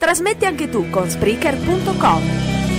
Trasmetti anche tu con Spreaker.com.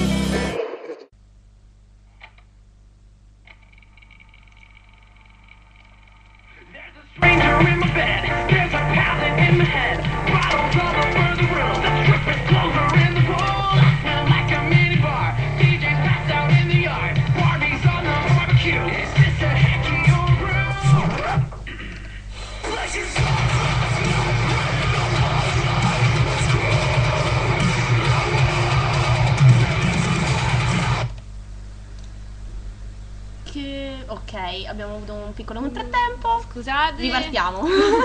Ok, abbiamo avuto un piccolo contrattempo. Scusate. Ripartiamo.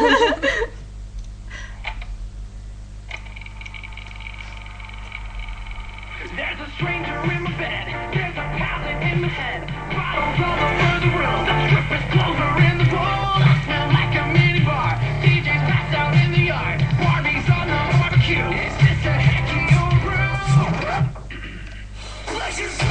There's a stranger in my bed. There's a pallet in my head. Bottles all over the room. The strippers' clothes are in the bowl. I smell like a minibar. DJ's passed out in the yard. Barbie's on the barbecue. Is this a hacky old room? Let's just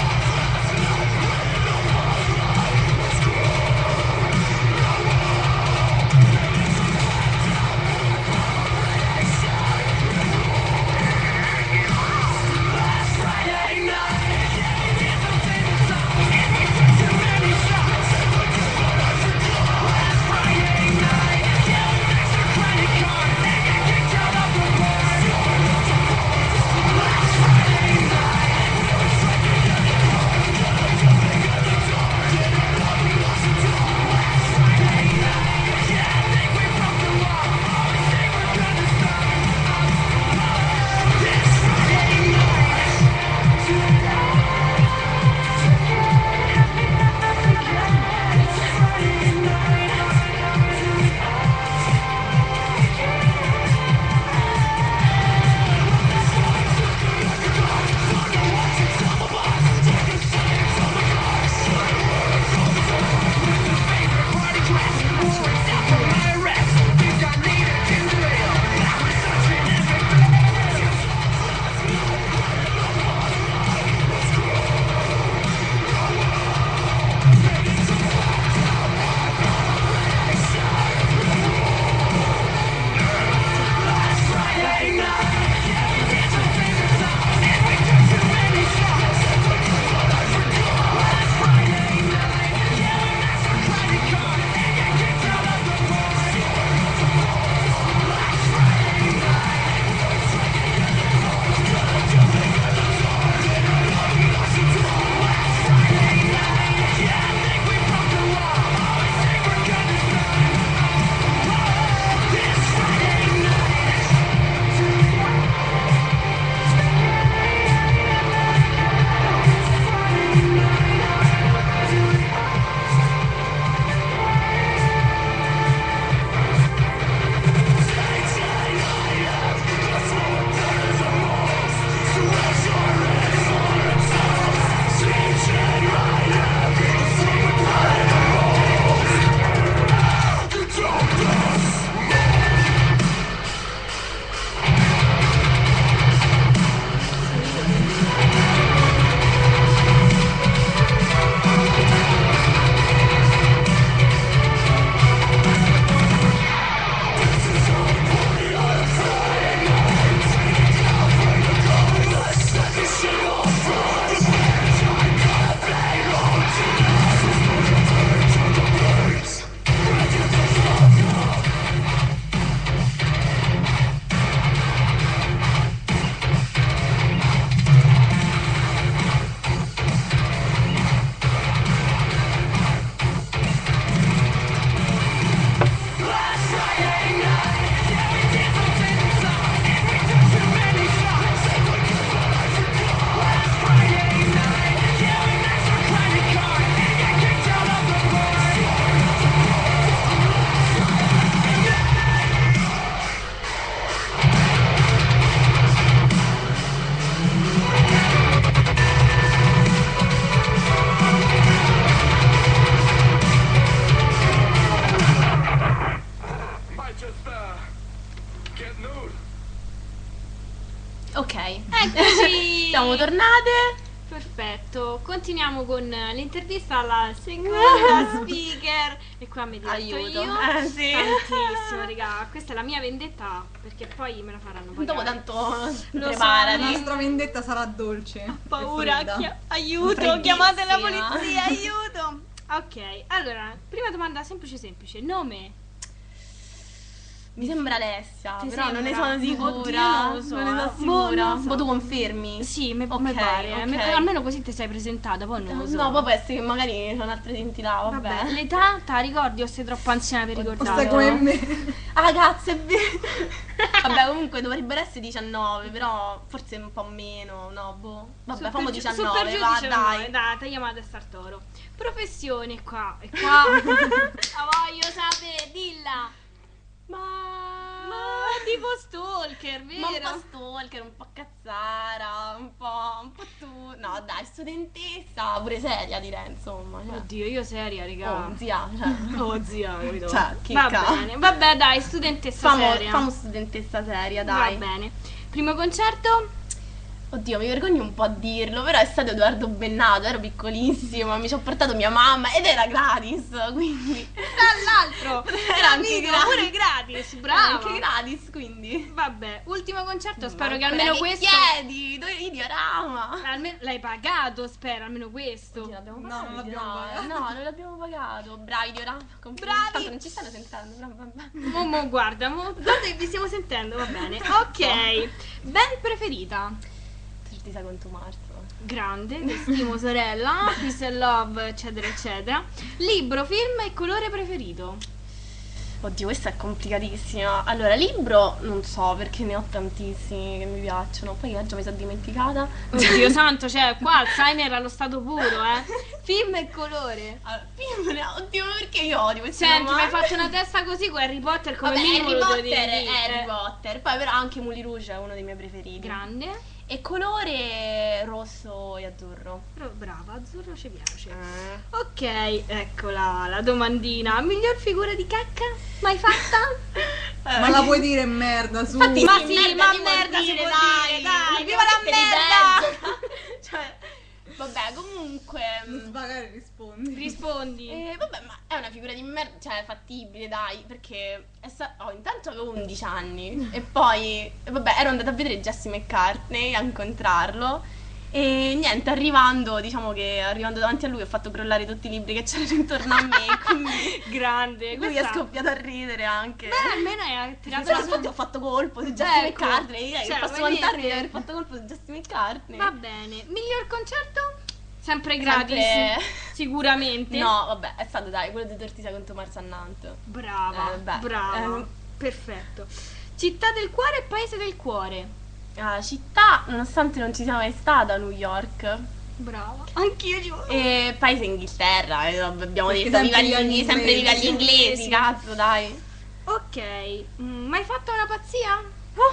Ok. Eccoci. Siamo tornate. Perfetto, continuiamo con l'intervista alla seconda speaker e qua mi diverto Aiuto. io Sì. tantissimo, raga. Questa è la mia vendetta perché poi me la faranno pagare. Dopo tanto Lo so, La preparati. nostra vendetta sarà dolce. paura, e fredda. aiuto, Freddissima. chiamate la polizia, aiuto. Ok, allora, prima domanda semplice, nome. Mi sembra Alessia, Ti però non ne sembra? sono sicura. Oddio, non lo so, Non ne eh. sono sicura. Non lo so. Ma tu confermi? Sì, mi Ok, pare, ok. almeno così ti sei presentata, poi non lo so. No, poi può essere che magari ci sono altre identità, vabbè. Vabbè, l'età te la ricordi o sei troppo anziana per O ricordarlo? stai come me. Ah, cazzo, è vero. Vabbè, comunque dovrebbero essere 19, però forse un po' meno, no, boh. Vabbè, famo 19, super giù va, 19, dai. tagliamo la testa al toro. Professione qua, e qua. La voglio sapere, dilla. Ma tipo stalker, vero? Ma un po' stalker, un po' cazzara, un po' tu. No, dai, studentessa, pure seria direi, insomma. Cioè. Oddio, io seria, raga. Oh, zia, cioè. Oh, zia, capito? Cioè, chicca. Va bene, vabbè, dai, studentessa seria. Famo studentessa seria, dai. Va bene. Primo concerto? Oddio, mi vergogno un po' a dirlo, però è stato Edoardo Bennato, ero piccolissima, mi ci ha portato mia mamma ed era gratis, quindi. Tra l'altro, Era anche capito? gratis. Pure gratis, Era brava. anche gratis, quindi. Vabbè, ultimo concerto, spero Ma che almeno che questo. chiedi? Dove i diorama? Almeno l'hai pagato, spero, almeno questo. Oddio, l'abbiamo No, pagato non i l'abbiamo diorama. pagato. No, non l'abbiamo pagato. Bravi diorama. Bravi. Tanto non ci stanno sentendo, però vabbè. Guarda che vi stiamo sentendo, va bene. Ok, band preferita? Ti sa quanto marzo. Grande, ti stimo sorella, peace and love, eccetera, eccetera. Libro, film e colore preferito? Oddio, questa è complicatissima. Allora, libro non so perché ne ho tantissimi che mi piacciono. Poi oggi mi sono dimenticata. Oddio santo, cioè qua Alzheimer allo stato puro, Film e colore. Allora, film ne ho. Oddio, ma perché io odio queste Senti, mi hai domande? fatto una testa così con Harry Potter come Vabbè, minimo Harry lo Potter dovevi è dire. Harry Potter. Poi però anche Moulin Rouge è uno dei miei preferiti. Grande. E colore rosso e azzurro. Brava, azzurro ci piace. Ok, eccola la domandina. Miglior figura di cacca mai fatta? Ma la puoi dire merda su. Infatti, Ma sì, sì, ma si può merda si può dire, dai, Non viva la mette di merda! peggio. Cioè, vabbè, comunque. Non svagare rispondi. Rispondi. Vabbè, ma è una figura di merda, cioè è fattibile, dai, perché intanto avevo 11 anni e poi, vabbè, ero andata a vedere Jesse McCartney a incontrarlo e niente, arrivando davanti a lui ho fatto crollare tutti i libri che c'erano intorno a me, quindi Grande. lui è scoppiato a ridere anche. Beh, almeno hai tirato Però la infatti ho fatto colpo su Jesse Ecco. McCartney, Cioè, che posso vuoi vantarmi di dire- aver fatto colpo su Jesse McCartney. Va bene. Miglior concerto? Sempre gratis. Sempre- Sicuramente. No, vabbè, è stato dai, quello di Tortisa contro Mars a Nantes. Brava, beh, brava. Perfetto. Città del cuore e paese del cuore. Città, nonostante non ci sia mai stata, New York. Brava. Anch'io ci volevo. E paese Inghilterra, abbiamo Perché detto sempre viva viva gli gli sempre viva gli inglesi. inglesi, cazzo, dai. Ok. Mai fatto una pazzia?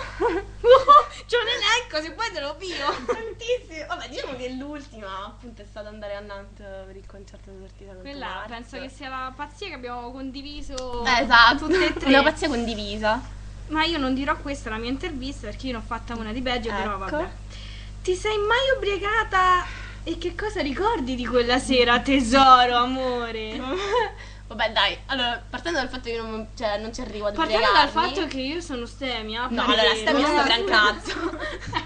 C'ho un elenco, se poi te lo pio. Tantissimo. Vabbè, diciamo che l'ultima appunto è stata andare a Nantes per il concerto di Tortisa contro Quella Mars. penso che sia la pazzia che abbiamo condiviso Esatto, tutte e tre. una pazzia condivisa. Ma io non dirò questa la mia intervista perché io ne ho fatta una di peggio, però Ecco. vabbè. Ti sei mai ubriacata? E che cosa ricordi di quella sera, tesoro, amore? Vabbè, dai, allora, partendo dal fatto che non ci arrivo ad Partendo dal ubriacarmi. fatto che io sono stemia. No, per allora dire, stemmi no? sto gran cazzo.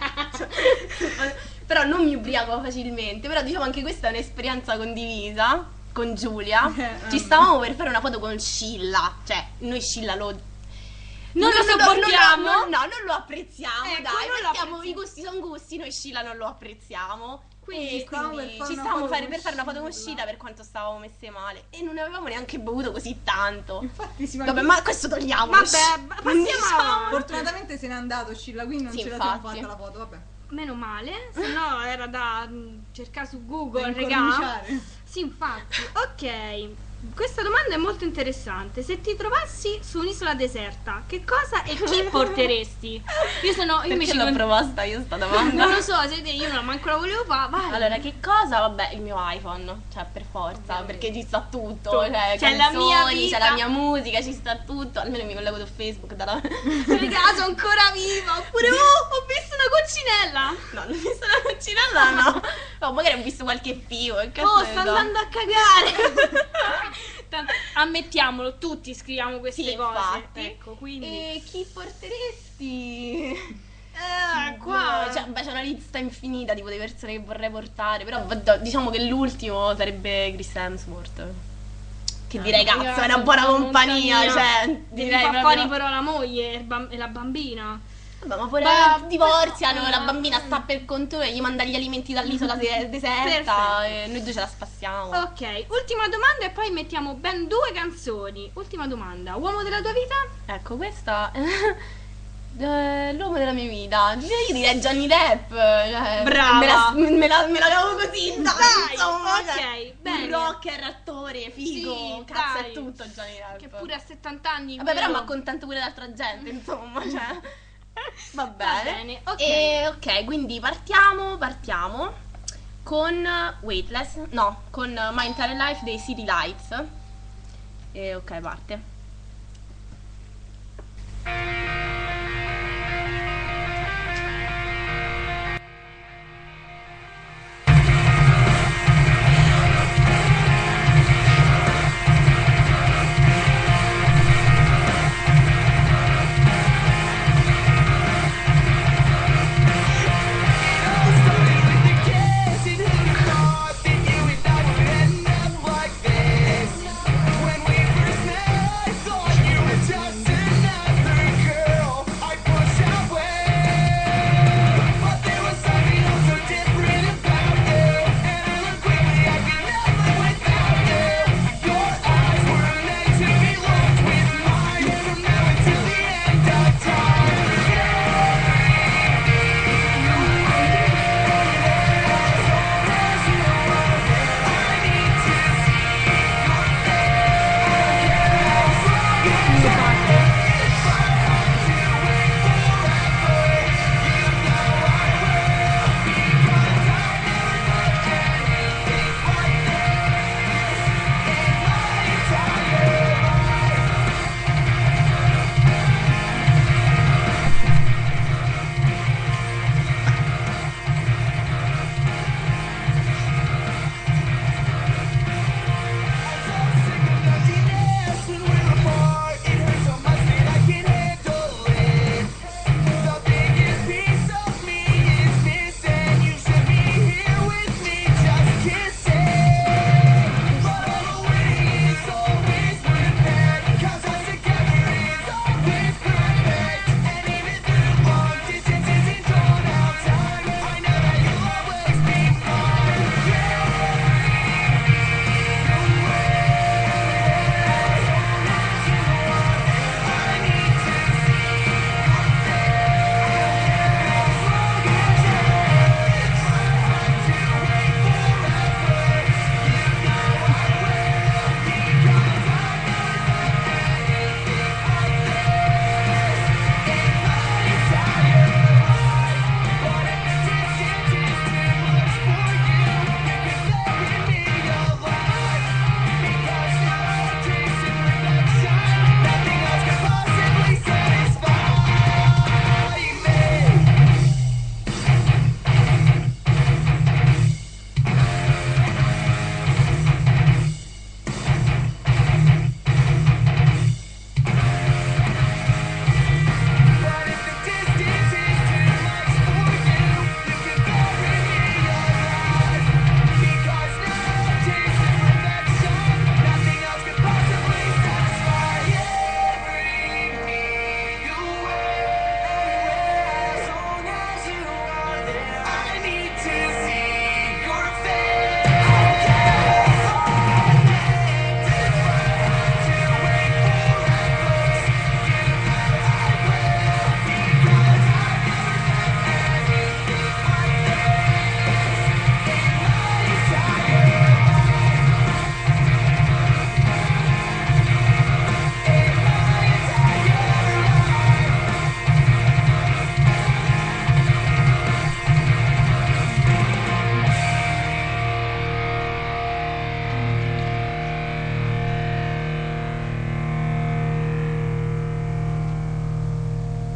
Però non mi ubriaco facilmente. Però diciamo anche questa è un'esperienza condivisa con Giulia. Ci stavamo per fare una foto con Scilla. Cioè, noi Scilla lo Non lo sopportiamo. No, non lo apprezziamo, Ecco, dai. non lo Mettiamo, apprezziamo. i gusti sono gusti, noi Scilla non lo apprezziamo. Quindi stavamo per fare ci una stavamo foto per con fare una foto con Scilla. Scilla per quanto stavamo messe male. E non avevamo neanche bevuto così tanto. Infatti si Vabbè, ma questo togliamolo. Vabbè, passiamo Diciamo. avanti. Fortunatamente se n'è andato Scilla, quindi non Sì, ce la siamo infatti. fatta la foto, vabbè. Meno male, se no era da cercare su Google, Da regà. incorniciare. Sì, infatti. Ok. Questa domanda è molto interessante. Se ti trovassi su un'isola deserta, che cosa e chi porteresti? Io mi Perché ci l'ho con- proposta io sta domanda? Non lo so, se io non manco la volevo fare, vai. Allora, che cosa? Vabbè, il mio iPhone, cioè per forza, perché ci sta tutto, cioè C'è la mia canzoni, vita. c'è la mia musica, ci sta tutto, almeno mi collego su Facebook dalla... Raga, sono ancora viva. Oppure ho visto una coccinella. No, non mi sono vaccinata, no. No, magari ho visto qualche figo. Che cazzo Oh, ne sta so. andando a cagare. Ammettiamolo, tutti scriviamo queste Sì, cose. infatti. Ecco, quindi. E chi porteresti? Qua. Cioè, beh, c'è una lista infinita tipo di persone che vorrei portare. Però diciamo che l'ultimo sarebbe Chris Hemsworth. Che direi, cazzo, è una buona compagnia. Cioè, Devi direi far proprio. fuori però la moglie e la bambina. Vabbè, ma pure Ma- divorziano, la bambina sta per conto e gli manda gli alimenti dall'isola deserta Perfetto. e noi due ce la spassiamo. Ok, ultima domanda e poi mettiamo ben 2 canzoni. Ultima domanda, uomo della tua vita? Ecco, questa l'uomo della mia vita. Io direi Johnny Depp. Cioè, Brava. Me la cavo così, dai, insomma, ok, cioè, bene. un rocker, attore, figo, Sì, cazzo dai. è tutto Johnny Depp. Che pure a 70 anni. Vabbè, però mi quello- accontento pure l'altra gente, insomma, cioè. Va Va bene. bene, ok. E ok, quindi partiamo con Weightless, no, con My Entire Life dei City Lights. E ok, parte.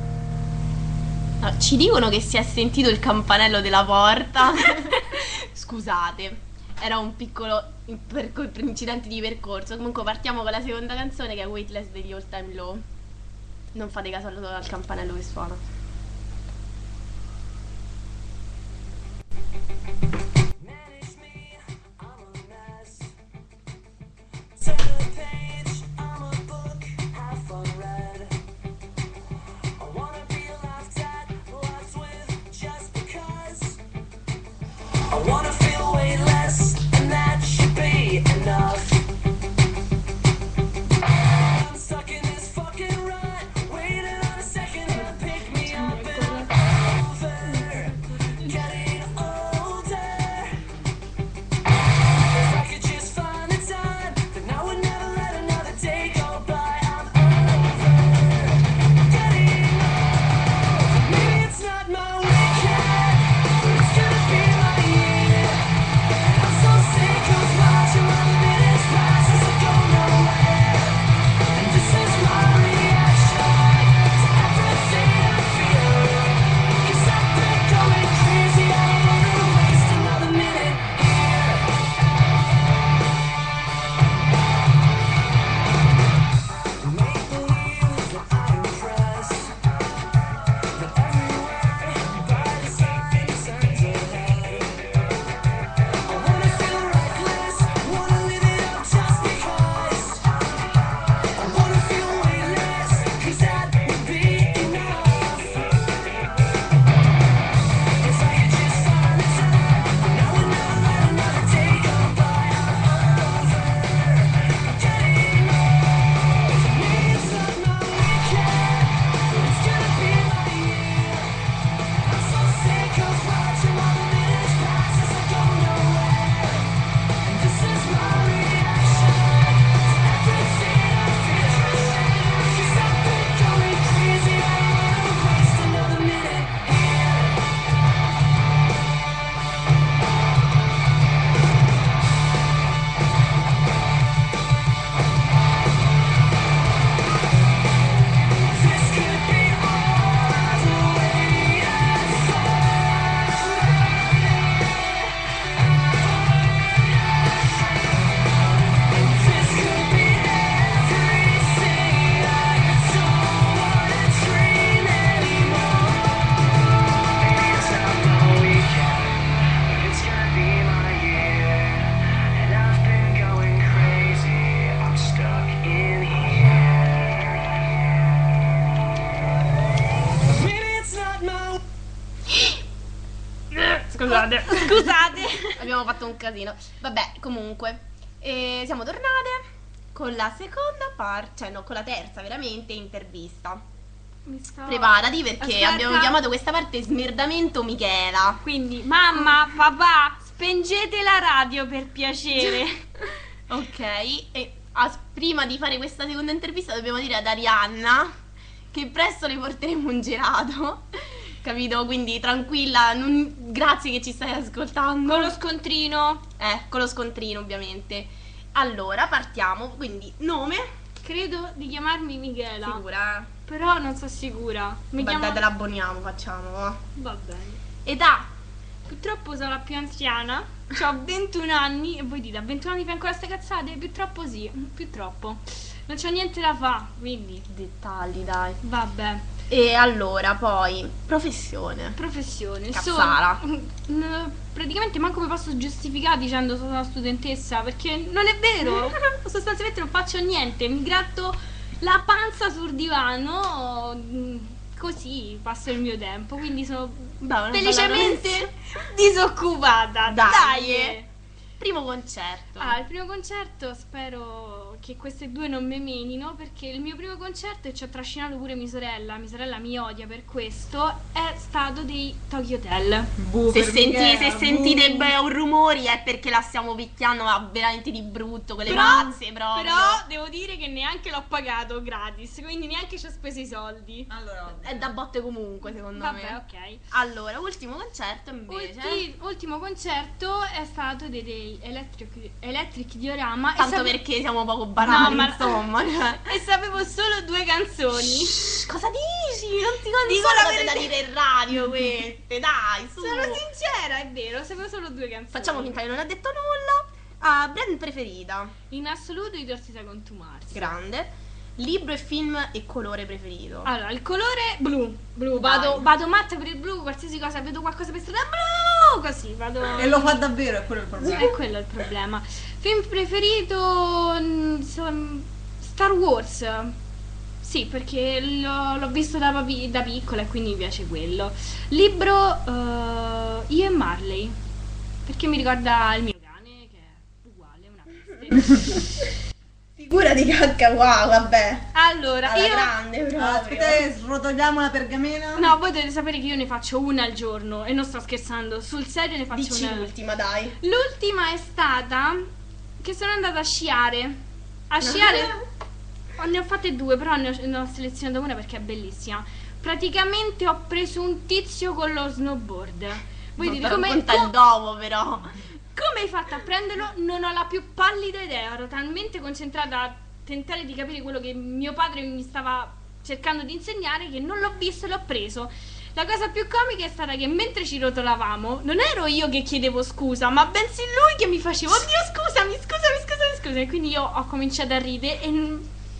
Ci dicono che si è sentito il campanello della porta. scusate, era un piccolo incidente di percorso. Comunque partiamo con la seconda canzone, che è Weightless degli All Time Low. Non fate caso al campanello che suona. Manage me, I'm a mess. Turn the page, I'm a book, half unread. I wanna be laughed at, laughed with, just because. I wanna feel weightless, and that should be enough. I'm stuck in this fucking rut, waiting on a second to pick me up and I'm over, getting older. If I could just find the time, then I would never let another day go by. I'm over, getting old. Maybe it's not my weekend, but it's gonna be my year. And I'm so sick of watching while the minutes pass as I go nowhere. And this is my reaction to everything I feel. 'Cause I've been going crazy, I don't wanna waste another minute here. Make believe that I impress, that everywhere by the sign turns ahead. I wanna feel reckless, wanna live it up just because. I wanna feel weightless, 'cause that would be enough. If I could just find the time, then I would never let another day go by. I'm over, getting old. For me it's not my weekend, but it's gonna be my year. I'm so sick of watching while the minutes pass as I go nowhere. And this is my reaction to everything I feel. 'Cause I've been going crazy, I don't wanna waste another minute here. This could be all I've waited for. This could be everything. I don't wanna dream anymore. Maybe it's not my weekend, but it's gonna be my year. And I've been going crazy, I'm stuck in here. Maybe it's not my Scusate. Scusate. Abbiamo fatto un casino. Vabbè, comunque, siamo tornate con la seconda parte, cioè no, con la terza veramente intervista. Mi sto- Preparati perché Aspetta. abbiamo chiamato questa parte Smerdamento Michela. Quindi, mamma, papà, spengete la radio per piacere. Ok, e prima di fare questa seconda intervista dobbiamo dire ad Arianna che presto le porteremo un gelato. Capito? Quindi tranquilla, grazie che ci stai ascoltando. Con lo scontrino. Con lo scontrino ovviamente. Allora, partiamo. Quindi, nome? Credo di chiamarmi Michela. Sicura? Però non sono sicura. Mi Beh, chiamo... dai, te l'abboniamo, facciamo. Va. Va bene. Età? Purtroppo sono la più anziana. Ho 21 anni. E voi dite, a 21 anni fai ancora ste cazzate? Purtroppo sì, più troppo. Non c'ho niente da fa, quindi Dettagli, dai. vabbè. E allora, poi, professione. Professione. Cazzara. Praticamente manco mi posso giustificare dicendo sono una studentessa, perché non è vero. Sostanzialmente non faccio niente, mi gratto la panza sul divano, così passo il mio tempo, quindi sono Beh, una felicemente bella disoccupata. Dai. Primo concerto. Il primo concerto spero che queste due non me menino, perché il mio primo concerto, e ci ho trascinato pure mia sorella mi odia per questo, è stato dei Tokyo Hotel. Se sentite un rumori è perché la stiamo picchiando, ma veramente di brutto, quelle pazze proprio. Però devo dire che neanche l'ho pagato gratis, quindi neanche ci ho speso i soldi. Allora, È da botte comunque, secondo Vabbè, me. ok. Allora, ultimo concerto invece. Ultimo concerto è stato dei Electric Diorama. Tanto perché siamo poco banali, No, ma- insomma. Cioè. E sapevo solo 2 canzoni. Cosa dici? Non ti consiglio Dico la cose da verità. dire in radio queste, dai, su. Sono sincera, è vero, sapevo solo 2 canzoni. Facciamo finta che non ha detto nulla. Ah, brand preferita? In assoluto i Dorsi da contumarsi. Grande. Libro e film e colore preferito? Allora, il colore blu. Dai. Vado matta per il blu, qualsiasi cosa, vedo qualcosa per strada blu, così vado. E lo fa davvero, è quello il problema. È quello il problema. Film preferito Star Wars. Sì, perché l'ho visto da piccola e quindi mi piace quello. Libro Io e Marley. Perché mi ricorda il mio cane che è uguale, una peste. Figura di cacca, wow, vabbè. Allora, Alla io grande proprio. Aspetta, srotoliamo la pergamena. no, voi dovete sapere che io ne faccio una al giorno e non sto scherzando, sul serio ne faccio Dici una. l'ultima, dai. L'ultima è stata che sono andata a sciare. A sciare ne ho fatte 2, però ne ho selezionato una perché è bellissima. Praticamente ho preso un tizio con lo snowboard. Voi dite come Racconta il dopo, però. come hai fatto a prenderlo? Non ho la più pallida idea, ero talmente concentrata a tentare di capire quello che mio padre mi stava cercando di insegnare che non l'ho visto e l'ho preso. La cosa più comica è stata che mentre ci rotolavamo non ero io che chiedevo scusa, ma bensì lui che mi faceva oddio scusami. E quindi io ho cominciato a ridere e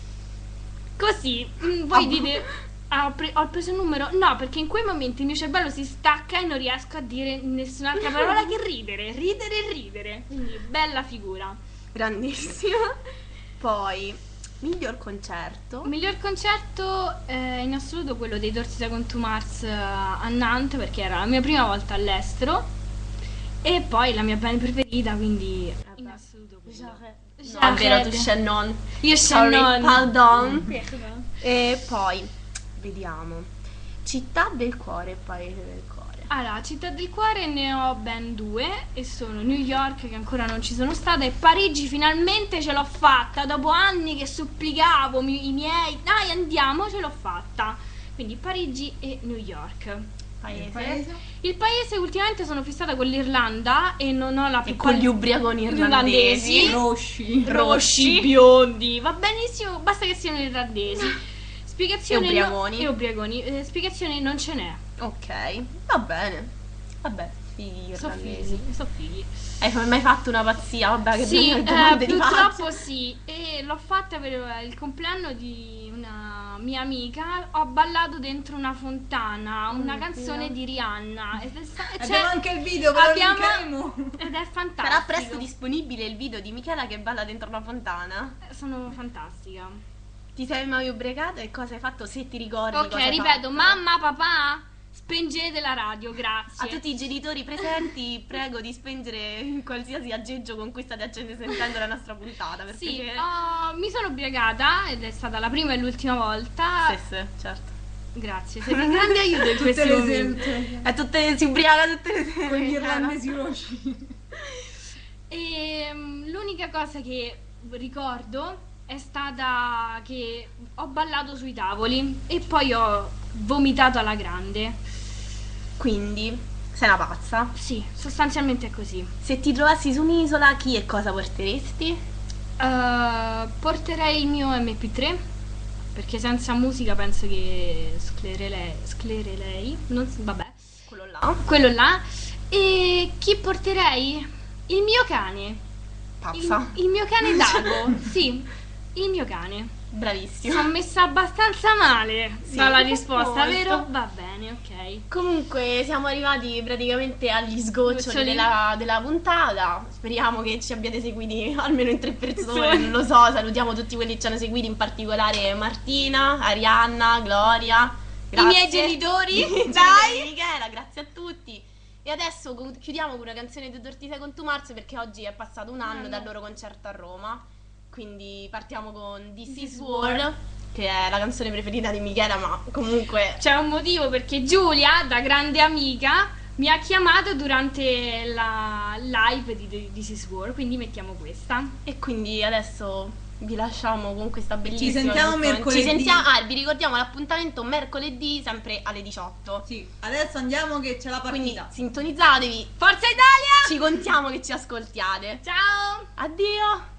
così voi dite ho preso un numero? No, perché in quei momenti il mio cervello si stacca e non riesco a dire nessun'altra parola che ridere. Quindi bella figura. Grandissima. Poi, miglior concerto. Miglior concerto in assoluto quello dei Dorsi da Contumars a Nantes, perché era la mia prima volta all'estero. E poi la mia band preferita, quindi in assoluto quello. No, è vero, tu Shannon. Io Sorry, Shannon. pardon. E poi, vediamo. Città del cuore e paese del cuore. Allora, Città del Cuore ne ho ben 2 e sono New York, che ancora non ci sono stata, e Parigi finalmente ce l'ho fatta dopo anni che supplicavo i miei dai andiamo, ce l'ho fatta. Quindi Parigi e New York. Paese. Il paese ultimamente sono fissata con l'Irlanda e non ho la più E con gli ubriaconi irlandesi. rossi, biondi, va benissimo, basta che siano irlandesi. Spiegazione E ubriaconi. e ubriaconi. Spiegazione non ce n'è. Ok, va bene. Vabbè, figli So irlandesi. fighi. Hai mai fatto una pazzia? Vabbè, che Sì, domande di purtroppo faccia. sì. E l'ho fatta per il compleanno di una mia amica. Ho ballato dentro una fontana una canzone di Rihanna. Abbiamo anche il video, ve lo linkeremo. Ed è fantastico. Sarà presto disponibile il video di Michela che balla dentro una fontana? Sono fantastica. Ti sei mai ubriacata e cosa hai fatto, se ti ricordi? Ok, cosa hai ripeto, fatto? mamma, papà, spengete la radio, grazie. A tutti i genitori presenti, prego di spengere qualsiasi aggeggio con cui state sentendo la nostra puntata. Perché Sì, mi sono ubriacata ed è stata la prima e l'ultima volta. Sì, certo. Grazie, siete un grande aiuto in Tutte questi le momenti. sere Si ubriaca tutte le sere. con gli irlandesi rossi. E l'unica cosa che ricordo è stata che ho ballato sui tavoli e poi ho vomitato alla grande. Quindi, sei una pazza. Sì, sostanzialmente è così. Se ti trovassi su un'isola, chi e cosa porteresti? Porterei il mio MP3 perché senza musica penso che sclererei. Vabbè. Quello là. E chi porterei? Il mio cane. Pazza. Il mio cane Dago. Sì, il mio cane. Bravissima. Sono messa abbastanza male Sì, dalla risposta, molto. vero? Va bene, ok. Comunque siamo arrivati praticamente agli sgoccioli Goccioli. della puntata. Speriamo che ci abbiate seguiti almeno in 3 persone, non lo so. Salutiamo tutti quelli che ci hanno seguiti, in particolare Martina, Arianna, Gloria. Grazie. I miei genitori, I genitori dai. di Michela, grazie a tutti. E adesso chiudiamo con una canzone di Dortisa con Tumarz perché oggi è passato un anno dal loro concerto a Roma. Quindi partiamo con This Is War, che è la canzone preferita di Michela, ma comunque C'è un motivo perché Giulia, da grande amica, mi ha chiamato durante la live di This Is War, quindi mettiamo questa. E quindi adesso vi lasciamo con questa bellissima Ci sentiamo canzone. mercoledì. Ci sentiamo, vi ricordiamo l'appuntamento mercoledì sempre alle 18. Sì, adesso andiamo che c'è la Quindi partita. sintonizzatevi. Forza Italia! Ci contiamo che ci ascoltiate. Ciao! Addio.